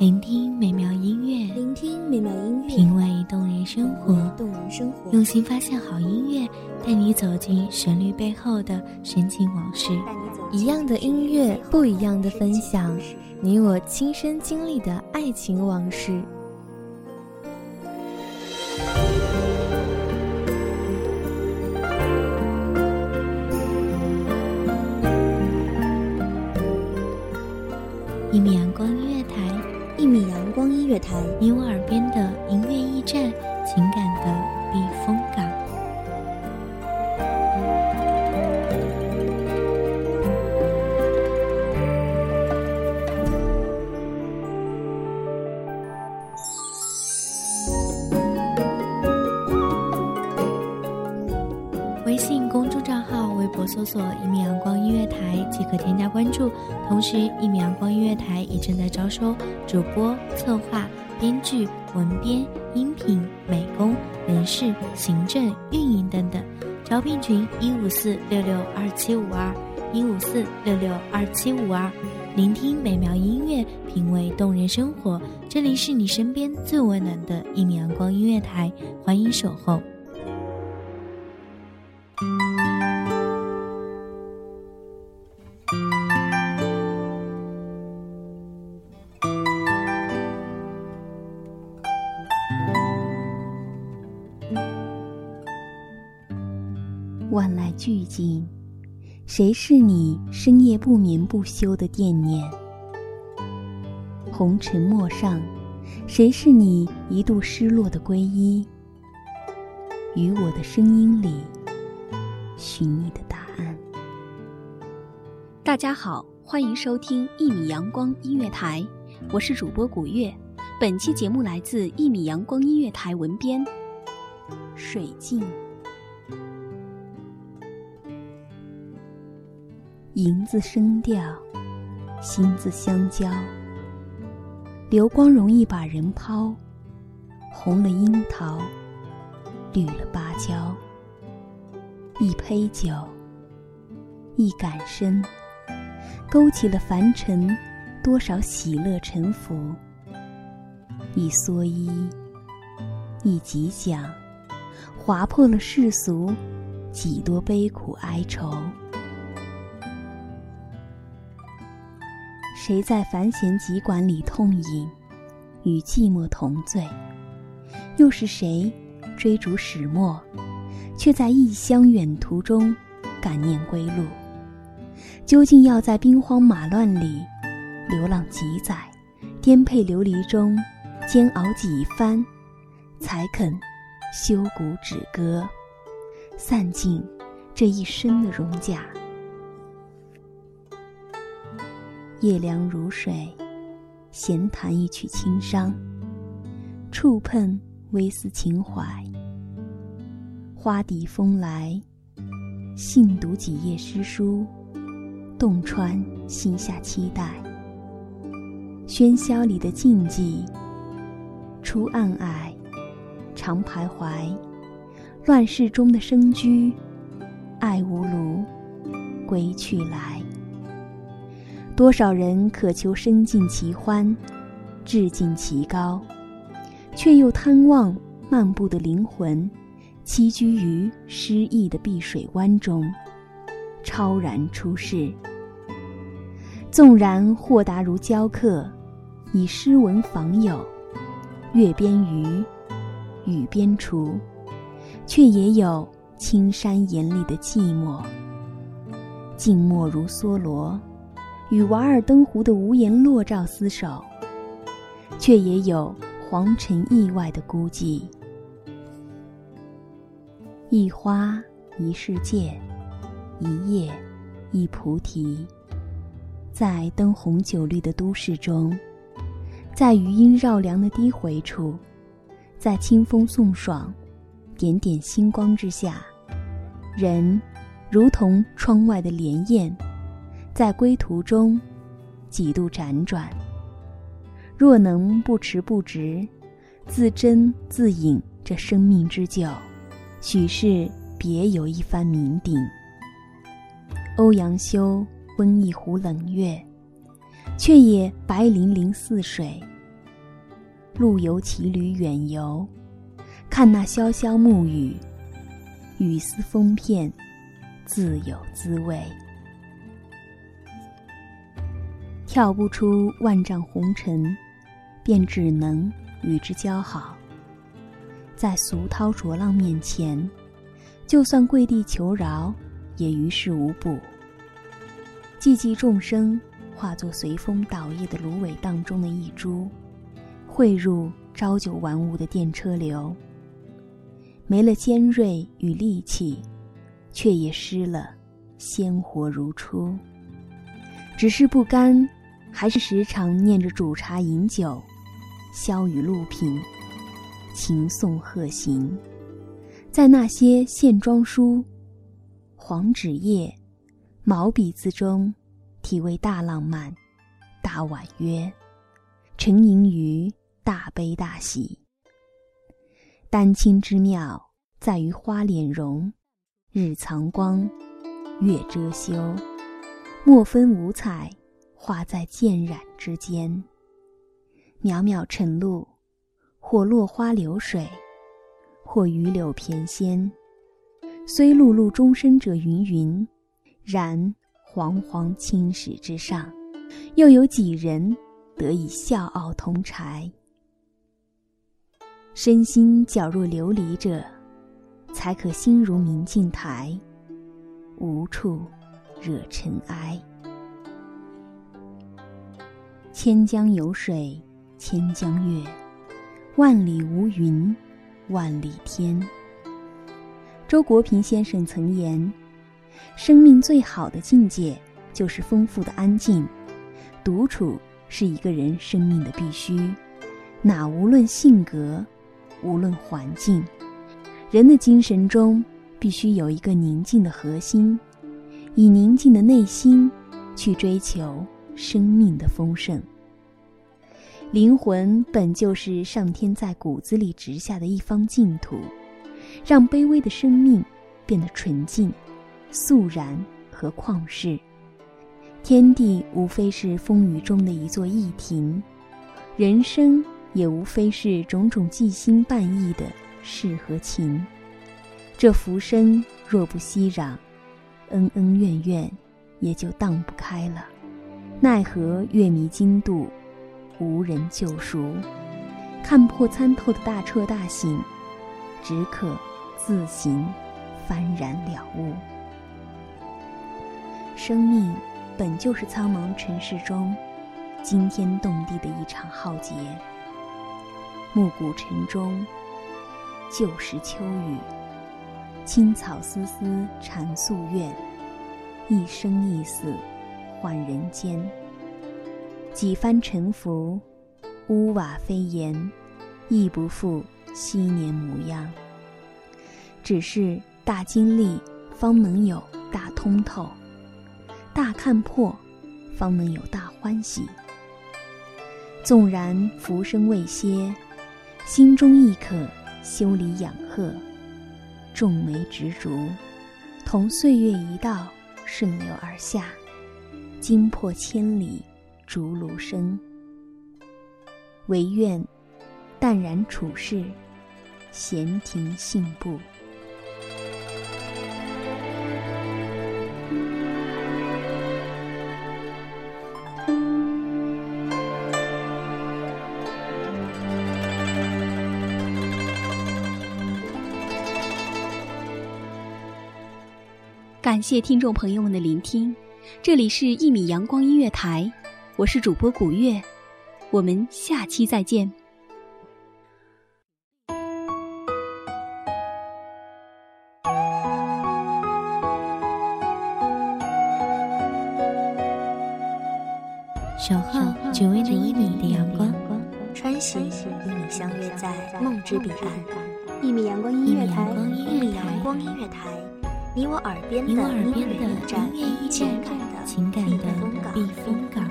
聆听美妙音乐，品味动人生活，用心发现好音乐，带你走进旋律背后的深情往事。 一样的音乐，不一样的分享，你我亲身经历的爱情往事。 一米阳光音乐台， 一米阳光音乐台， 你我耳边的音乐驿站，情感的避风港。微信公众账号、微博搜索一米阳光音乐台即可添加关注。同时，一米阳光音乐台也正在招收主播、策划、编剧、文编、音频、美工、人事、行政、运营等等。招聘群154662752，154662752。聆听美妙音乐，品味动人生活。这里是你身边最温暖的一米阳光音乐台，欢迎守候。 万籁俱静，谁是你深夜不眠不休的惦念？红尘陌上，谁是你一度失落的皈依？于我的声音里，寻你的答案。 大家好，欢迎收听一米阳光音乐台，我是主播古月。本期节目来自一米阳光音乐台文编水镜。银子声调，心字相交，流光容易把人抛，红了樱桃，绿了芭蕉。一杯酒，一感身，勾起了凡尘多少喜乐沉浮。一蓑衣，一吉祥，划破了世俗几多悲苦哀愁。谁在繁弦急管里痛饮，与寂寞同醉？又是谁追逐始末，却在异乡远途中感念归路？究竟要在兵荒马乱里流浪几载，颠沛流离中煎熬几番，才肯休鼓止歌，散尽这一生的荣甲？夜凉如水，闲弹一曲轻伤，触碰微丝情怀。花底风来，信读几页诗书，洞穿心下期待。喧嚣里的静寂，出暗霭，常徘徊。乱世中的生居，爱无庐，归去来。多少人渴求身尽其欢，志尽其高，却又贪望漫步的灵魂栖居于诗意的碧水湾中，超然出世。纵然豁达如雕刻，以诗文访友，月边鱼，雨边雏，却也有青山眼里的寂寞。静默如梭罗，与瓦尔登湖的无言落照厮守，却也有黄尘意外的孤寂。一花一世界，一叶一菩提。在灯红酒绿的都市中，在余音绕梁的低回处，在清风送爽点点星光之下，人如同窗外的莲艳，在归途中几度辗转。若能不迟不迟，自斟自饮这生命之酒，许是别有一番名鼎。欧阳修温一壶冷月，却也白粼粼似水， 路游骑驴远游，看那潇潇暮雨，雨丝风片，自有滋味。跳不出万丈红尘，便只能与之交好。在俗涛浊浪面前，就算跪地求饶，也于事无补。寂寂众生，化作随风倒曳的芦苇荡中的一株，汇入朝九晚五的电车流。没了尖锐与戾气，却也失了鲜活如初。只是不甘，还是时常念着煮茶饮酒，萧雨露品，琴颂鹤行。在那些线装书、黄纸页、毛笔字中，体味大浪漫、大婉约，沉吟于大悲大喜。丹青之妙，在于花脸容，日藏光，月遮羞，莫分五彩，画在渐染之间。渺渺晨露，或落花流水，或榆柳翩跹。虽碌碌终身者芸芸，然煌煌青史之上，又有几人得以笑傲同柴？身心皎若琉璃者，才可心如明镜台，无处惹尘埃。千江有水千江月，万里无云万里天。周国平先生曾言，生命最好的境界就是丰富的安静，独处是一个人生命的必须，哪无论性格，无论环境，人的精神中必须有一个宁静的核心，以宁静的内心去追求生命的丰盛。灵魂本就是上天在骨子里植下的一方净土，让卑微的生命变得纯净、肃然和旷世。天地无非是风雨中的一座驿亭，人生也无非是种种寄心半意的事和情。这浮生若不熙攘，恩恩怨怨也就荡不开了。奈何月迷津渡，无人救赎。看破参透的大彻大醒，只可自行幡然了悟。生命本就是苍茫尘世中惊天动地的一场浩劫。暮鼓晨钟，旧时秋雨，青草丝丝缠夙愿，一生一死换人间。几番沉浮，屋瓦飞檐，亦不复昔年模样。只是大经历，方能有大通透；大看破，方能有大欢喜。纵然浮生未歇，心中亦可修理养鹤，种梅植竹，同岁月一道顺流而下，惊破千里竹芦声。唯愿淡然处世，闲庭信步。 感谢听众朋友们的聆听，这里是1米阳光音乐台，我是主播古月，我们下期再见。 守候只为那1米的阳光， 穿行与你相约在梦之彼岸。1米阳光音乐台，1米阳光音乐台，你我耳边的音乐驿站，情感的避风港。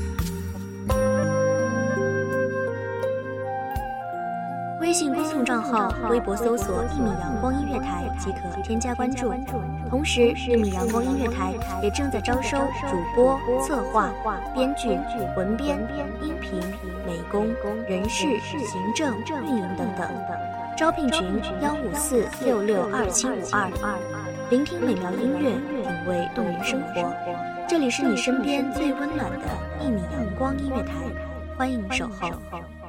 微信公众账号号，微博搜索“一米阳光音乐台”即可添加关注。同时，一米阳光音乐台也正在招收主播、策划、编剧、文编、音频、美工、人事、行政、运营等等。招聘群154662752。聆听美妙音乐，品味动人生活。这里是你身边最温暖的一米阳光音乐台，欢迎守候。